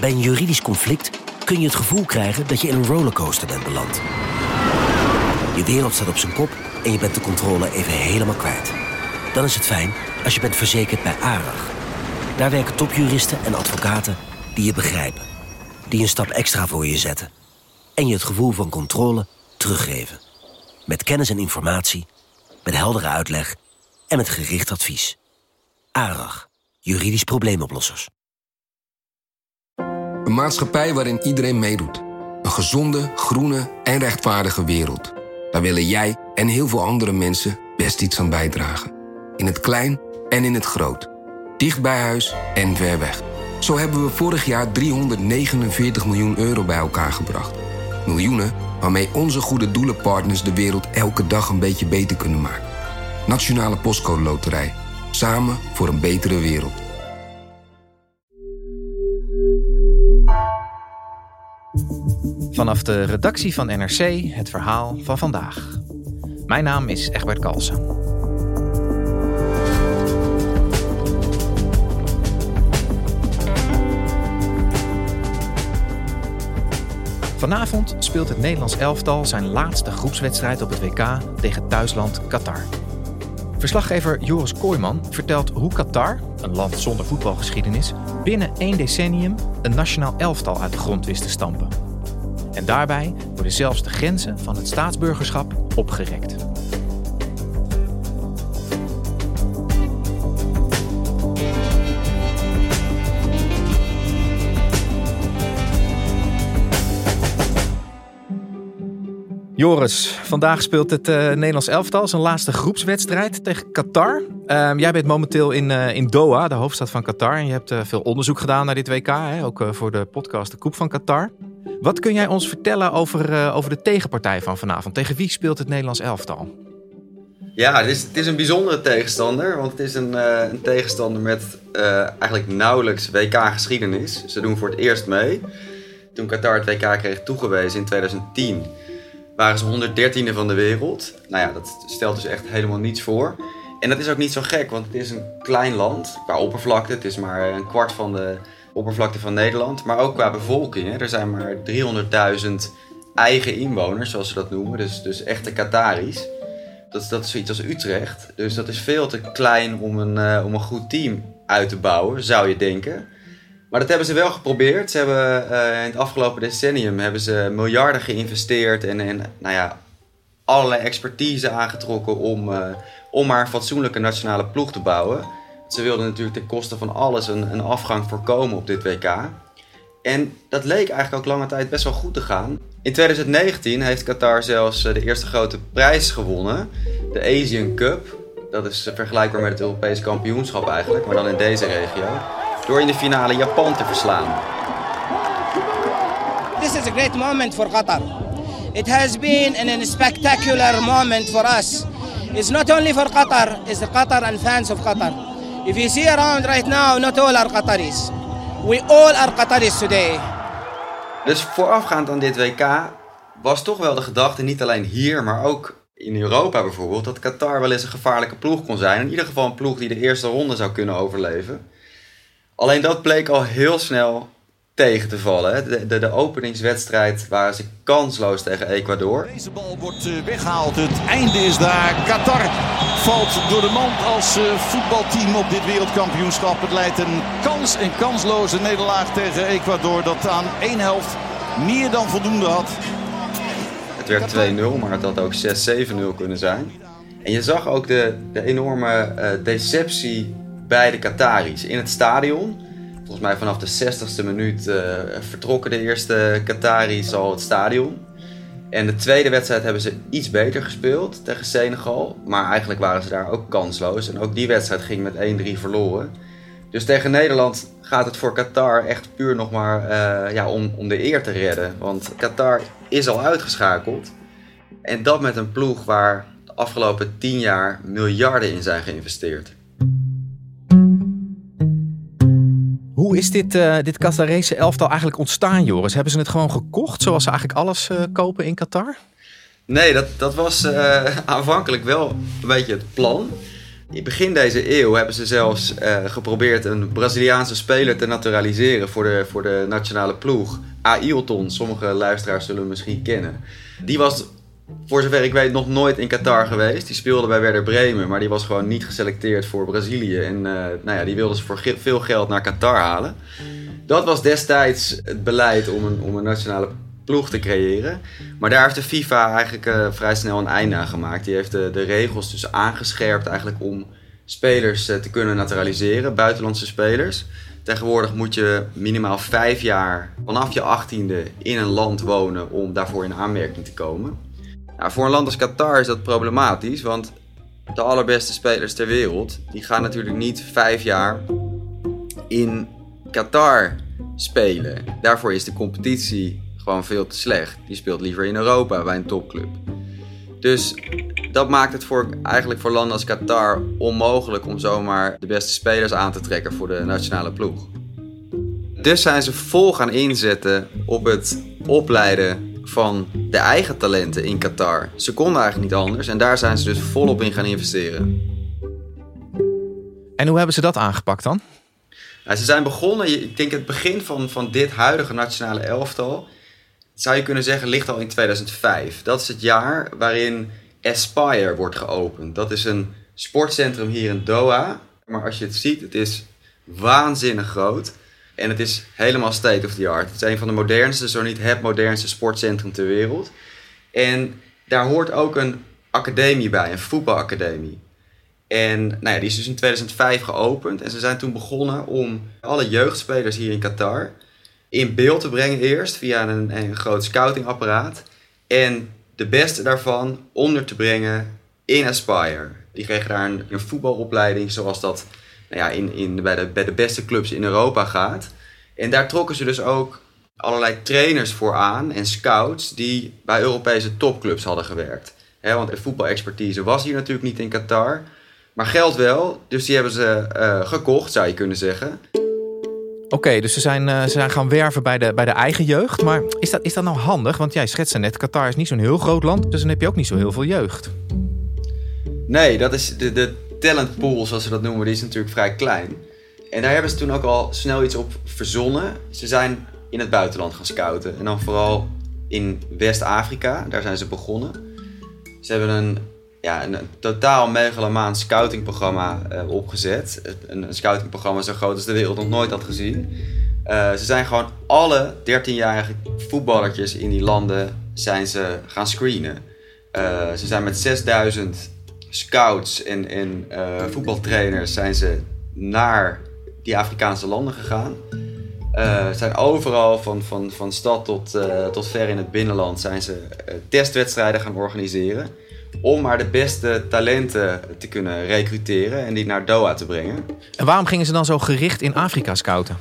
Bij een juridisch conflict kun je het gevoel krijgen dat je in een rollercoaster bent beland. Je wereld staat op zijn kop en je bent de controle even helemaal kwijt. Dan is het fijn als je bent verzekerd bij ARAG. Daar werken topjuristen en advocaten die je begrijpen. Die een stap extra voor je zetten. En je het gevoel van controle teruggeven. Met kennis en informatie, met heldere uitleg en met gericht advies. ARAG, juridisch probleemoplossers. Een maatschappij waarin iedereen meedoet. Een gezonde, groene en rechtvaardige wereld. Daar willen jij en heel veel andere mensen best iets aan bijdragen. In het klein en in het groot. Dicht bij huis en ver weg. Zo hebben we vorig jaar 349 miljoen euro bij elkaar gebracht. Miljoenen waarmee onze goede doelenpartners de wereld elke dag een beetje beter kunnen maken. Nationale Postcode Loterij. Samen voor een betere wereld. Vanaf de redactie van NRC het verhaal van vandaag. Mijn naam is Egbert Kalsen. Vanavond speelt het Nederlands elftal zijn laatste groepswedstrijd op het WK tegen thuisland Qatar. Verslaggever Joris Kooijman vertelt hoe Qatar, een land zonder voetbalgeschiedenis, binnen 1 decennium een nationaal elftal uit de grond wist te stampen. En daarbij worden zelfs de grenzen van het staatsburgerschap opgerekt. Joris, vandaag speelt het Nederlands elftal zijn laatste groepswedstrijd tegen Qatar. Jij bent momenteel in Doha, de hoofdstad van Qatar. En je hebt veel onderzoek gedaan naar dit WK, hè? Ook voor de podcast De Coupe van Qatar. Wat kun jij ons vertellen over de tegenpartij van vanavond? Tegen wie speelt het Nederlands elftal? Ja, het is een bijzondere tegenstander. Want het is een tegenstander met eigenlijk nauwelijks WK-geschiedenis. Ze doen voor het eerst mee. Toen Qatar het WK kreeg toegewezen in 2010... waren ze 113e van de wereld. Nou ja, dat stelt dus echt helemaal niets voor. En dat is ook niet zo gek, want het is een klein land qua oppervlakte. Het is maar een kwart van de oppervlakte van Nederland. Maar ook qua bevolking. Hè. Er zijn maar 300.000 eigen inwoners, zoals ze dat noemen. Dus echte Qataris. Dat is zoiets als Utrecht. Dus dat is veel te klein om een goed team uit te bouwen, zou je denken. Maar dat hebben ze wel geprobeerd. Ze hebben in het afgelopen decennium hebben ze miljarden geïnvesteerd en allerlei expertise aangetrokken om maar een fatsoenlijke nationale ploeg te bouwen. Ze wilden natuurlijk ten koste van alles een afgang voorkomen op dit WK. En dat leek eigenlijk ook lange tijd best wel goed te gaan. In 2019 heeft Qatar zelfs de eerste grote prijs gewonnen. De Asian Cup. Dat is vergelijkbaar met het Europees kampioenschap eigenlijk, maar dan in deze regio. Door in de finale Japan te verslaan. This is a great moment for Qatar. It has been a spectacular moment for us. It's not only for Qatar, it's the Qatar and fans of Qatar. If you see around right now, not all are Qataris. We all are Qataris today. Dus voorafgaand aan dit WK was toch wel de gedachte, niet alleen hier, maar ook in Europa bijvoorbeeld, dat Qatar wel eens een gevaarlijke ploeg kon zijn. In ieder geval een ploeg die de eerste ronde zou kunnen overleven. Alleen dat bleek al heel snel tegen te vallen. De openingswedstrijd waren ze kansloos tegen Ecuador. Deze bal wordt weggehaald. Het einde is daar. Qatar valt door de mand als voetbalteam op dit wereldkampioenschap. Het leidt een kansloze nederlaag tegen Ecuador dat aan één helft meer dan voldoende had. Het werd 2-0, maar het had ook 6-7-0 kunnen zijn. En je zag ook de enorme deceptie bij de Qataris in het stadion. Volgens mij vanaf de 60ste minuut vertrokken de eerste Qataris al het stadion. En de tweede wedstrijd hebben ze iets beter gespeeld tegen Senegal. Maar eigenlijk waren ze daar ook kansloos. En ook die wedstrijd ging met 1-3 verloren. Dus tegen Nederland gaat het voor Qatar echt puur nog maar om de eer te redden. Want Qatar is al uitgeschakeld. En dat met een ploeg waar de afgelopen 10 jaar miljarden in zijn geïnvesteerd. Hoe is dit Qatarese elftal eigenlijk ontstaan, Joris? Hebben ze het gewoon gekocht, zoals ze eigenlijk alles kopen in Qatar? Nee, dat was aanvankelijk wel een beetje het plan. In begin deze eeuw hebben ze zelfs geprobeerd een Braziliaanse speler te naturaliseren voor de nationale ploeg. Ailton, sommige luisteraars zullen hem misschien kennen. Die was, voor zover ik weet, nog nooit in Qatar geweest. Die speelde bij Werder Bremen, maar die was gewoon niet geselecteerd voor Brazilië. En die wilden ze voor veel geld naar Qatar halen. Dat was destijds het beleid om een nationale ploeg te creëren. Maar daar heeft de FIFA eigenlijk vrij snel een einde aan gemaakt. Die heeft de regels dus aangescherpt eigenlijk om spelers te kunnen naturaliseren, buitenlandse spelers. Tegenwoordig moet je minimaal 5 jaar vanaf je 18e in een land wonen om daarvoor in aanmerking te komen. Nou, voor een land als Qatar is dat problematisch, want de allerbeste spelers ter wereld, die gaan natuurlijk niet 5 jaar in Qatar spelen. Daarvoor is de competitie gewoon veel te slecht. Die speelt liever in Europa bij een topclub. Dus dat maakt het eigenlijk voor landen als Qatar onmogelijk om zomaar de beste spelers aan te trekken voor de nationale ploeg. Dus zijn ze vol gaan inzetten op het opleiden van de eigen talenten in Qatar. Ze konden eigenlijk niet anders en daar zijn ze dus volop in gaan investeren. En hoe hebben ze dat aangepakt dan? Nou, ze zijn begonnen, ik denk het begin van dit huidige nationale elftal, zou je kunnen zeggen, ligt al in 2005. Dat is het jaar waarin Aspire wordt geopend. Dat is een sportcentrum hier in Doha. Maar als je het ziet, het is waanzinnig groot. En het is helemaal state of the art. Het is een van de modernste, zo niet het modernste sportcentrum ter wereld. En daar hoort ook een academie bij, een voetbalacademie. En die is dus in 2005 geopend. En ze zijn toen begonnen om alle jeugdspelers hier in Qatar in beeld te brengen eerst via een groot scoutingapparaat. En de beste daarvan onder te brengen in Aspire. Die kregen daar een voetbalopleiding zoals dat bij de beste clubs in Europa gaat. En daar trokken ze dus ook allerlei trainers voor aan en scouts die bij Europese topclubs hadden gewerkt. Want de voetbalexpertise was hier natuurlijk niet in Qatar. Maar geld wel, dus die hebben ze gekocht, zou je kunnen zeggen. Oké, dus ze zijn gaan werven bij de eigen jeugd. Maar is dat nou handig? Want jij schetste net, Qatar is niet zo'n heel groot land, dus dan heb je ook niet zo heel veel jeugd. Nee, dat is de talentpool, zoals ze dat noemen, die is natuurlijk vrij klein. En daar hebben ze toen ook al snel iets op verzonnen. Ze zijn in het buitenland gaan scouten. En dan vooral in West-Afrika, daar zijn ze begonnen. Ze hebben een totaal megalomaan scoutingprogramma opgezet. Een scoutingprogramma zo groot als de wereld nog nooit had gezien. Ze zijn gewoon alle 13-jarige voetballertjes in die landen zijn ze gaan screenen. Ze zijn met 6000 scouts en voetbaltrainers zijn ze naar die Afrikaanse landen gegaan. Zijn overal van stad tot ver in het binnenland zijn ze testwedstrijden gaan organiseren. Om maar de beste talenten te kunnen recruteren en die naar Doha te brengen. En waarom gingen ze dan zo gericht in Afrika scouten?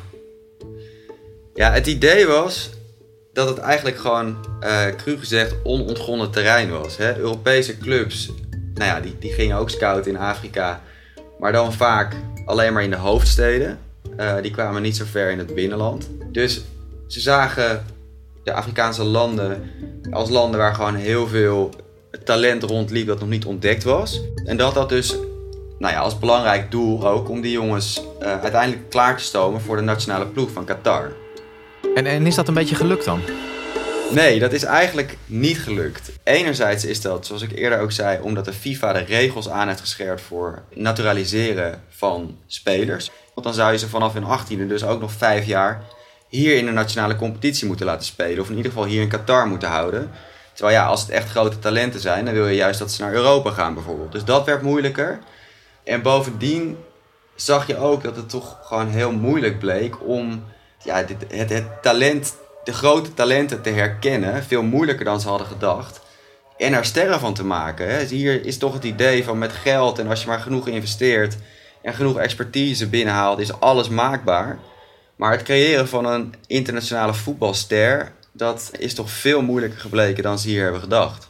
Ja, het idee was dat het eigenlijk gewoon, cru gezegd, onontgonnen terrein was. Hè? Europese clubs, die gingen ook scouten in Afrika. Maar dan vaak alleen maar in de hoofdsteden. Die kwamen niet zo ver in het binnenland. Dus ze zagen de Afrikaanse landen als landen waar gewoon heel veel talent rondliep dat nog niet ontdekt was. En dat had dus als belangrijk doel ook om die jongens uiteindelijk klaar te stomen voor de nationale ploeg van Qatar. En is dat een beetje gelukt dan? Nee, dat is eigenlijk niet gelukt. Enerzijds is dat, zoals ik eerder ook zei, omdat de FIFA de regels aan heeft gescherpt voor naturaliseren van spelers. Want dan zou je ze vanaf hun 18e dus ook nog 5 jaar hier in de nationale competitie moeten laten spelen. Of in ieder geval hier in Qatar moeten houden. Terwijl als het echt grote talenten zijn, dan wil je juist dat ze naar Europa gaan bijvoorbeeld. Dus dat werd moeilijker. En bovendien zag je ook dat het toch gewoon heel moeilijk bleek om het talent, de grote talenten te herkennen. Veel moeilijker dan ze hadden gedacht. En er sterren van te maken. Hè. Hier is toch het idee van met geld en als je maar genoeg investeert en genoeg expertise binnenhaalt, is alles maakbaar. Maar het creëren van een internationale voetbalster, dat is toch veel moeilijker gebleken dan ze hier hebben gedacht.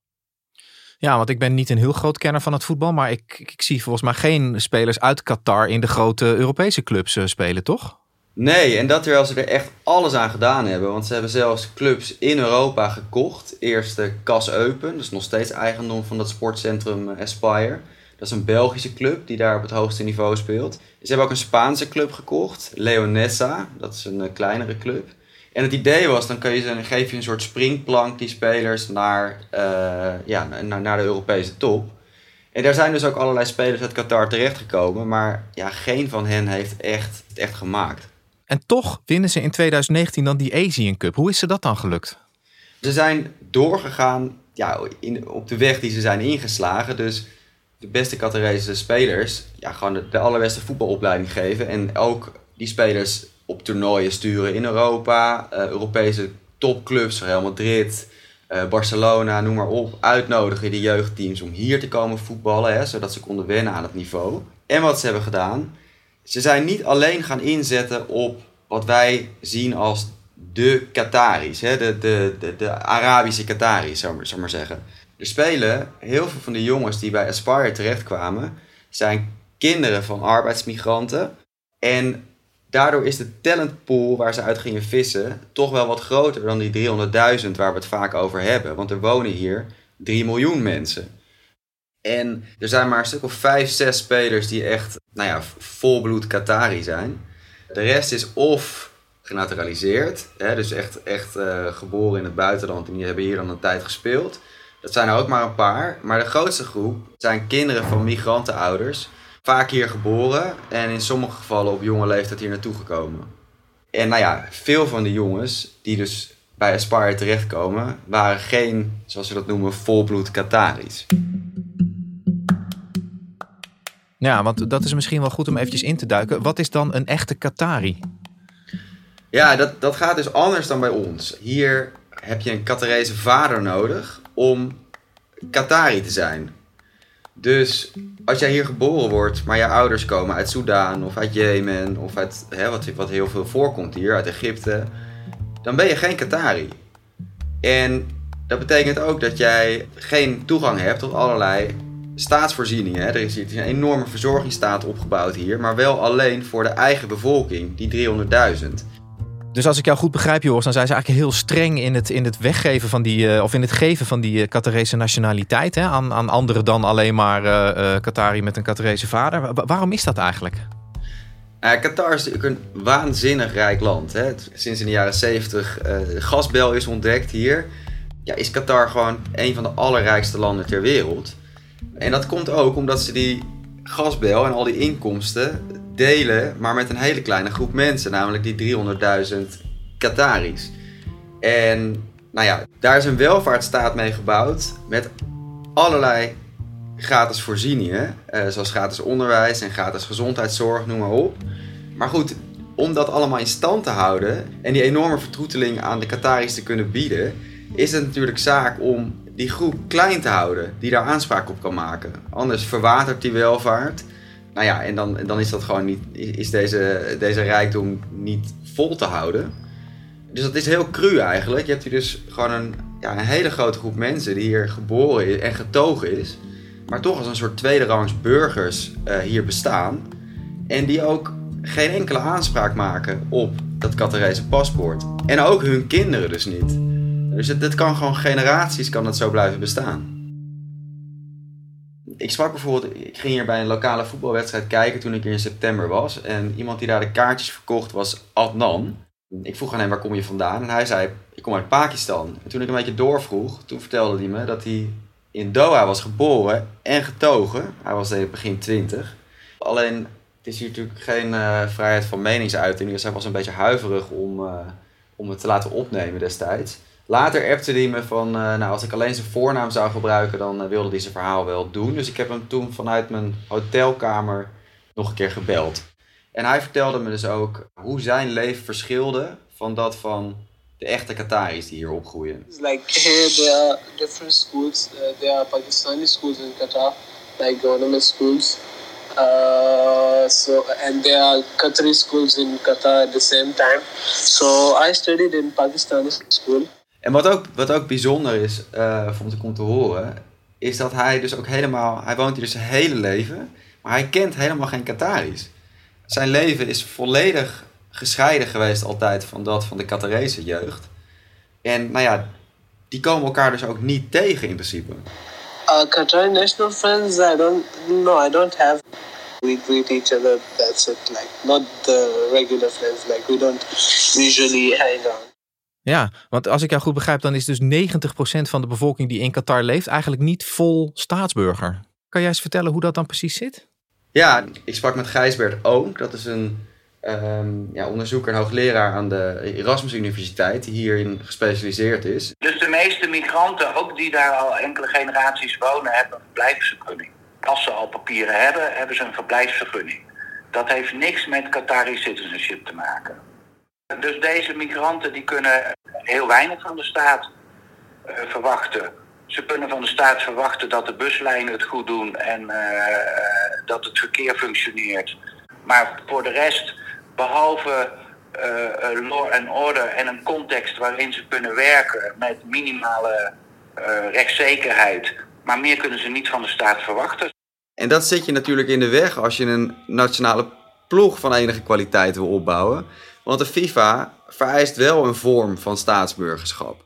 Ja, want ik ben niet een heel groot kenner van het voetbal, maar ik zie volgens mij geen spelers uit Qatar in de grote Europese clubs spelen, toch? Nee, en dat terwijl ze er echt alles aan gedaan hebben. Want ze hebben zelfs clubs in Europa gekocht. Eerst de KAS Eupen, dus nog steeds eigendom van dat sportcentrum Aspire. Dat is een Belgische club die daar op het hoogste niveau speelt. Ze hebben ook een Spaanse club gekocht, Leonesa. Dat is een kleinere club. En het idee was, dan geef je een soort springplank die spelers naar de Europese top. En daar zijn dus ook allerlei spelers uit Qatar terechtgekomen. Maar ja, geen van hen heeft het echt gemaakt. En toch winnen ze in 2019 dan die Asian Cup. Hoe is ze dat dan gelukt? Ze zijn doorgegaan op de weg die ze zijn ingeslagen. Dus de beste Qatarese spelers gewoon de allerbeste voetbalopleiding geven. En ook die spelers op toernooien sturen in Europa. Europese topclubs, Real Madrid, Barcelona, noem maar op. Uitnodigen die jeugdteams om hier te komen voetballen. Zodat ze konden wennen aan het niveau. En wat ze hebben gedaan, ze zijn niet alleen gaan inzetten op wat wij zien als de Qataris. De Arabische Qataris, zou ik maar zeggen. Er spelen heel veel van de jongens die bij Aspire terechtkwamen, zijn kinderen van arbeidsmigranten. En daardoor is de talentpool waar ze uit gingen vissen toch wel wat groter dan die 300.000 waar we het vaak over hebben. Want er wonen hier 3 miljoen mensen. En er zijn maar een stuk of 5, 6 spelers die echt volbloed Qatari zijn. De rest is of genaturaliseerd, dus echt geboren in het buitenland en die hebben hier dan een tijd gespeeld. Dat zijn er ook maar een paar. Maar de grootste groep zijn kinderen van migrantenouders. Vaak hier geboren en in sommige gevallen op jonge leeftijd hier naartoe gekomen. En veel van die jongens die dus bij Aspire terechtkomen, waren geen, zoals we dat noemen, volbloed Qataris. Ja, want dat is misschien wel goed om eventjes in te duiken. Wat is dan een echte Qatari? Ja, dat gaat dus anders dan bij ons. Hier heb je een Qatarese vader nodig om Qatari te zijn. Dus als jij hier geboren wordt, maar je ouders komen uit Soedan of uit Jemen of uit wat heel veel voorkomt hier, uit Egypte, dan ben je geen Qatari. En dat betekent ook dat jij geen toegang hebt tot allerlei staatsvoorzieningen. Er is een enorme verzorgingsstaat opgebouwd hier, maar wel alleen voor de eigen bevolking, die 300.000. Dus als ik jou goed begrijp, Joris, dan zijn ze eigenlijk heel streng in het weggeven van in het geven van die Qatarese nationaliteit aan anderen dan alleen maar Qatari met een Qatarese vader. Waarom is dat eigenlijk? Qatar is natuurlijk een waanzinnig rijk land. Sinds in de jaren 70 de gasbel is ontdekt hier, is Qatar gewoon een van de allerrijkste landen ter wereld. En dat komt ook omdat ze die gasbel en al die inkomsten delen, maar met een hele kleine groep mensen, namelijk die 300.000 Qataris. En daar is een welvaartsstaat mee gebouwd met allerlei gratis voorzieningen, zoals gratis onderwijs en gratis gezondheidszorg, noem maar op. Maar goed, om dat allemaal in stand te houden en die enorme vertroeteling aan de Qataris te kunnen bieden, is het natuurlijk zaak om die groep klein te houden die daar aanspraak op kan maken. Anders verwatert die welvaart. En dan is dat gewoon niet, is deze rijkdom niet vol te houden. Dus dat is heel cru eigenlijk. Je hebt hier dus gewoon een hele grote groep mensen die hier geboren is en getogen is, maar toch als een soort tweederangs burgers hier bestaan. En die ook geen enkele aanspraak maken op dat Qatarese paspoort. En ook hun kinderen dus niet. Dus het kan gewoon generaties kan het zo blijven bestaan. Ik ging hier bij een lokale voetbalwedstrijd kijken toen ik hier in september was. En iemand die daar de kaartjes verkocht was Adnan. Ik vroeg aan hem, waar kom je vandaan? En hij zei, ik kom uit Pakistan. En toen ik een beetje doorvroeg, toen vertelde hij me dat hij in Doha was geboren en getogen. Hij was begin 20. Alleen, het is hier natuurlijk geen vrijheid van meningsuiting. Dus hij was een beetje huiverig om het te laten opnemen destijds. Later appte hij me van, als ik alleen zijn voornaam zou gebruiken, dan wilde hij zijn verhaal wel doen. Dus ik heb hem toen vanuit mijn hotelkamer nog een keer gebeld. En hij vertelde me dus ook hoe zijn leven verschilde van dat van de echte Qataris die hier opgroeien. Like here there are different schools. There are Pakistani schools in Qatar, like government schools. And there are Qatari schools in Qatar at the same time. So I studied in Pakistani school. En wat ook bijzonder is, vond ik om te horen, is dat hij dus ook hij woont hier dus zijn hele leven, maar hij kent helemaal geen Qataris. Zijn leven is volledig gescheiden geweest altijd van dat van de Qatarese jeugd. En die komen elkaar dus ook niet tegen in principe. Qatari national friends, I don't have. We greet each other, that's it. Like, not the regular friends, like we don't usually hang out. Ja, want als ik jou goed begrijp, dan is dus 90% van de bevolking die in Qatar leeft eigenlijk niet vol staatsburger. Kan jij eens vertellen hoe dat dan precies zit? Ja, ik sprak met Gijsbert Oonk. Dat is een onderzoeker en hoogleraar aan de Erasmus Universiteit die hierin gespecialiseerd is. Dus de meeste migranten, ook die daar al enkele generaties wonen, hebben een verblijfsvergunning. Als ze al papieren hebben, hebben ze een verblijfsvergunning. Dat heeft niks met Qatari citizenship te maken. Dus deze migranten die kunnen heel weinig van de staat verwachten. Ze kunnen van de staat verwachten dat de buslijnen het goed doen en dat het verkeer functioneert. Maar voor de rest, behalve law and order en een context waarin ze kunnen werken met minimale rechtszekerheid, maar meer kunnen ze niet van de staat verwachten. En dat zit je natuurlijk in de weg als je een nationale ploeg van enige kwaliteit wil opbouwen. Want de FIFA vereist wel een vorm van staatsburgerschap.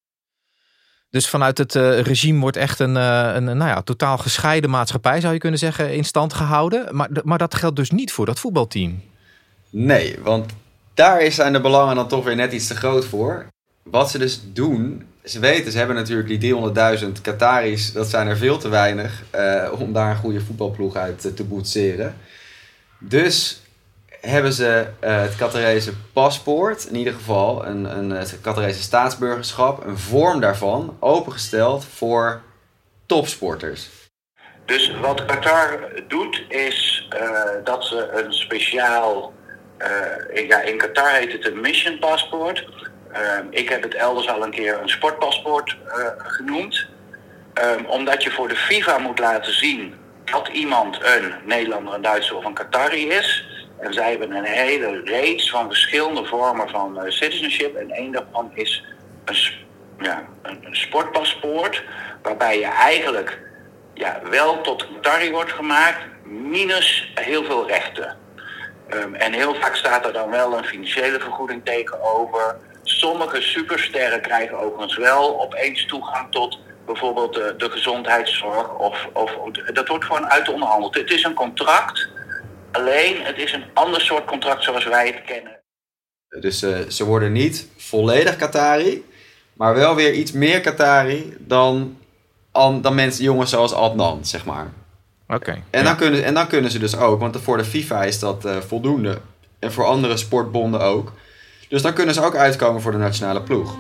Dus vanuit het regime wordt echt een totaal gescheiden maatschappij, zou je kunnen zeggen, in stand gehouden. Maar dat geldt dus niet voor dat voetbalteam. Nee, want daar zijn de belangen dan toch weer net iets te groot voor. Wat ze dus doen, ze hebben natuurlijk die 300.000 Qataris, dat zijn er veel te weinig om daar een goede voetbalploeg uit te boetseren. Dus hebben ze het Qatarese paspoort, in ieder geval het Qatarese staatsburgerschap, een vorm daarvan, opengesteld voor topsporters. Dus wat Qatar doet is dat ze een speciaal, in Qatar heet het een mission paspoort. Ik heb het elders al een keer een sportpaspoort genoemd. Omdat je voor de FIFA moet laten zien dat iemand een Nederlander, een Duitser of een Qatari is. En zij hebben een hele reeks van verschillende vormen van citizenship. En één daarvan is een sportpaspoort. Waarbij je eigenlijk wel tot Qatari wordt gemaakt, minus heel veel rechten. En heel vaak staat er dan wel een financiële vergoeding tegenover. Sommige supersterren krijgen overigens wel opeens toegang tot bijvoorbeeld de gezondheidszorg. Of dat wordt gewoon uit onderhandeld. Het is een contract. Alleen, het is een ander soort contract zoals wij het kennen. Dus ze worden niet volledig Qatari, maar wel weer iets meer Qatari dan mensen, jongens zoals Adnan, zeg maar. Oké. En dan kunnen ze dus ook, want voor de FIFA is dat voldoende. En voor andere sportbonden ook. Dus dan kunnen ze ook uitkomen voor de nationale ploeg.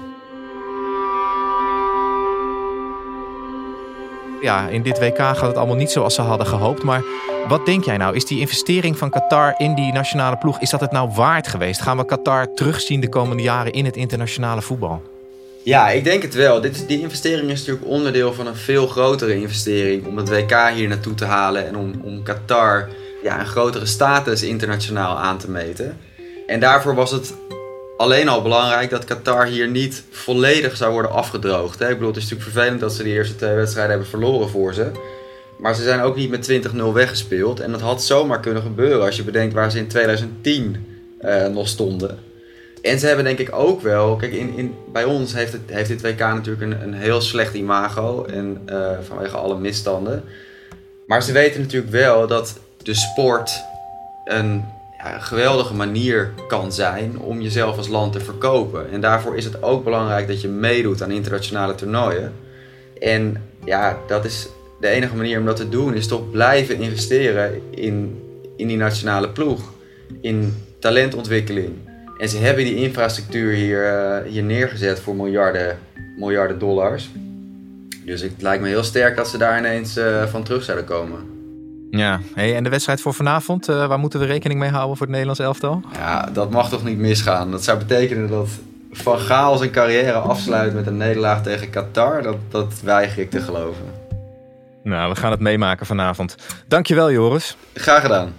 Ja, in dit WK gaat het allemaal niet zoals ze hadden gehoopt. Maar wat denk jij nou? Is die investering van Qatar in die nationale ploeg, is dat het nou waard geweest? Gaan we Qatar terugzien de komende jaren in het internationale voetbal? Ja, ik denk het wel. Die investering is natuurlijk onderdeel van een veel grotere investering om het WK hier naartoe te halen en om Qatar een grotere status internationaal aan te meten. En daarvoor was het alleen al belangrijk dat Qatar hier niet volledig zou worden afgedroogd. Ik bedoel, het is natuurlijk vervelend dat ze de eerste 2 wedstrijden hebben verloren voor ze. Maar ze zijn ook niet met 20-0 weggespeeld. En dat had zomaar kunnen gebeuren als je bedenkt waar ze in 2010 nog stonden. En ze hebben denk ik ook wel... Kijk, bij ons heeft dit WK natuurlijk een heel slecht imago. En vanwege alle misstanden. Maar ze weten natuurlijk wel dat de sport een geweldige manier kan zijn om jezelf als land te verkopen. En daarvoor is het ook belangrijk dat je meedoet aan internationale toernooien. En dat is de enige manier om dat te doen, is toch blijven investeren in die nationale ploeg. In talentontwikkeling. En ze hebben die infrastructuur hier neergezet voor miljarden dollars. Dus het lijkt me heel sterk dat ze daar ineens van terug zouden komen. Ja, en de wedstrijd voor vanavond, waar moeten we rekening mee houden voor het Nederlands elftal? Ja, dat mag toch niet misgaan. Dat zou betekenen dat Van Gaal zijn carrière afsluit met een nederlaag tegen Qatar. Dat weiger ik te geloven. Nou, we gaan het meemaken vanavond. Dankjewel, Joris. Graag gedaan.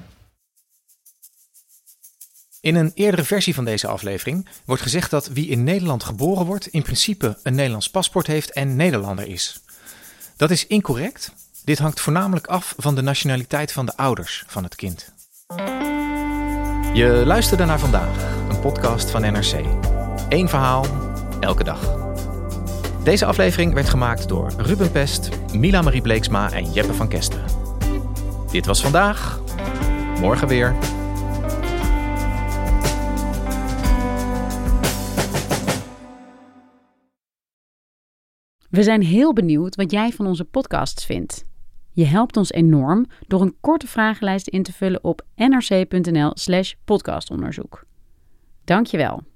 In een eerdere versie van deze aflevering wordt gezegd dat wie in Nederland geboren wordt in principe een Nederlands paspoort heeft en Nederlander is. Dat is incorrect. Dit hangt voornamelijk af van de nationaliteit van de ouders van het kind. Je luisterde naar Vandaag, een podcast van NRC. 1 verhaal, elke dag. Deze aflevering werd gemaakt door Ruben Pest, Mila Marie Bleeksma en Jeppe van Kesteren. Dit was Vandaag. Morgen weer. We zijn heel benieuwd wat jij van onze podcasts vindt. Je helpt ons enorm door een korte vragenlijst in te vullen op nrc.nl/podcastonderzoek. Dank je wel.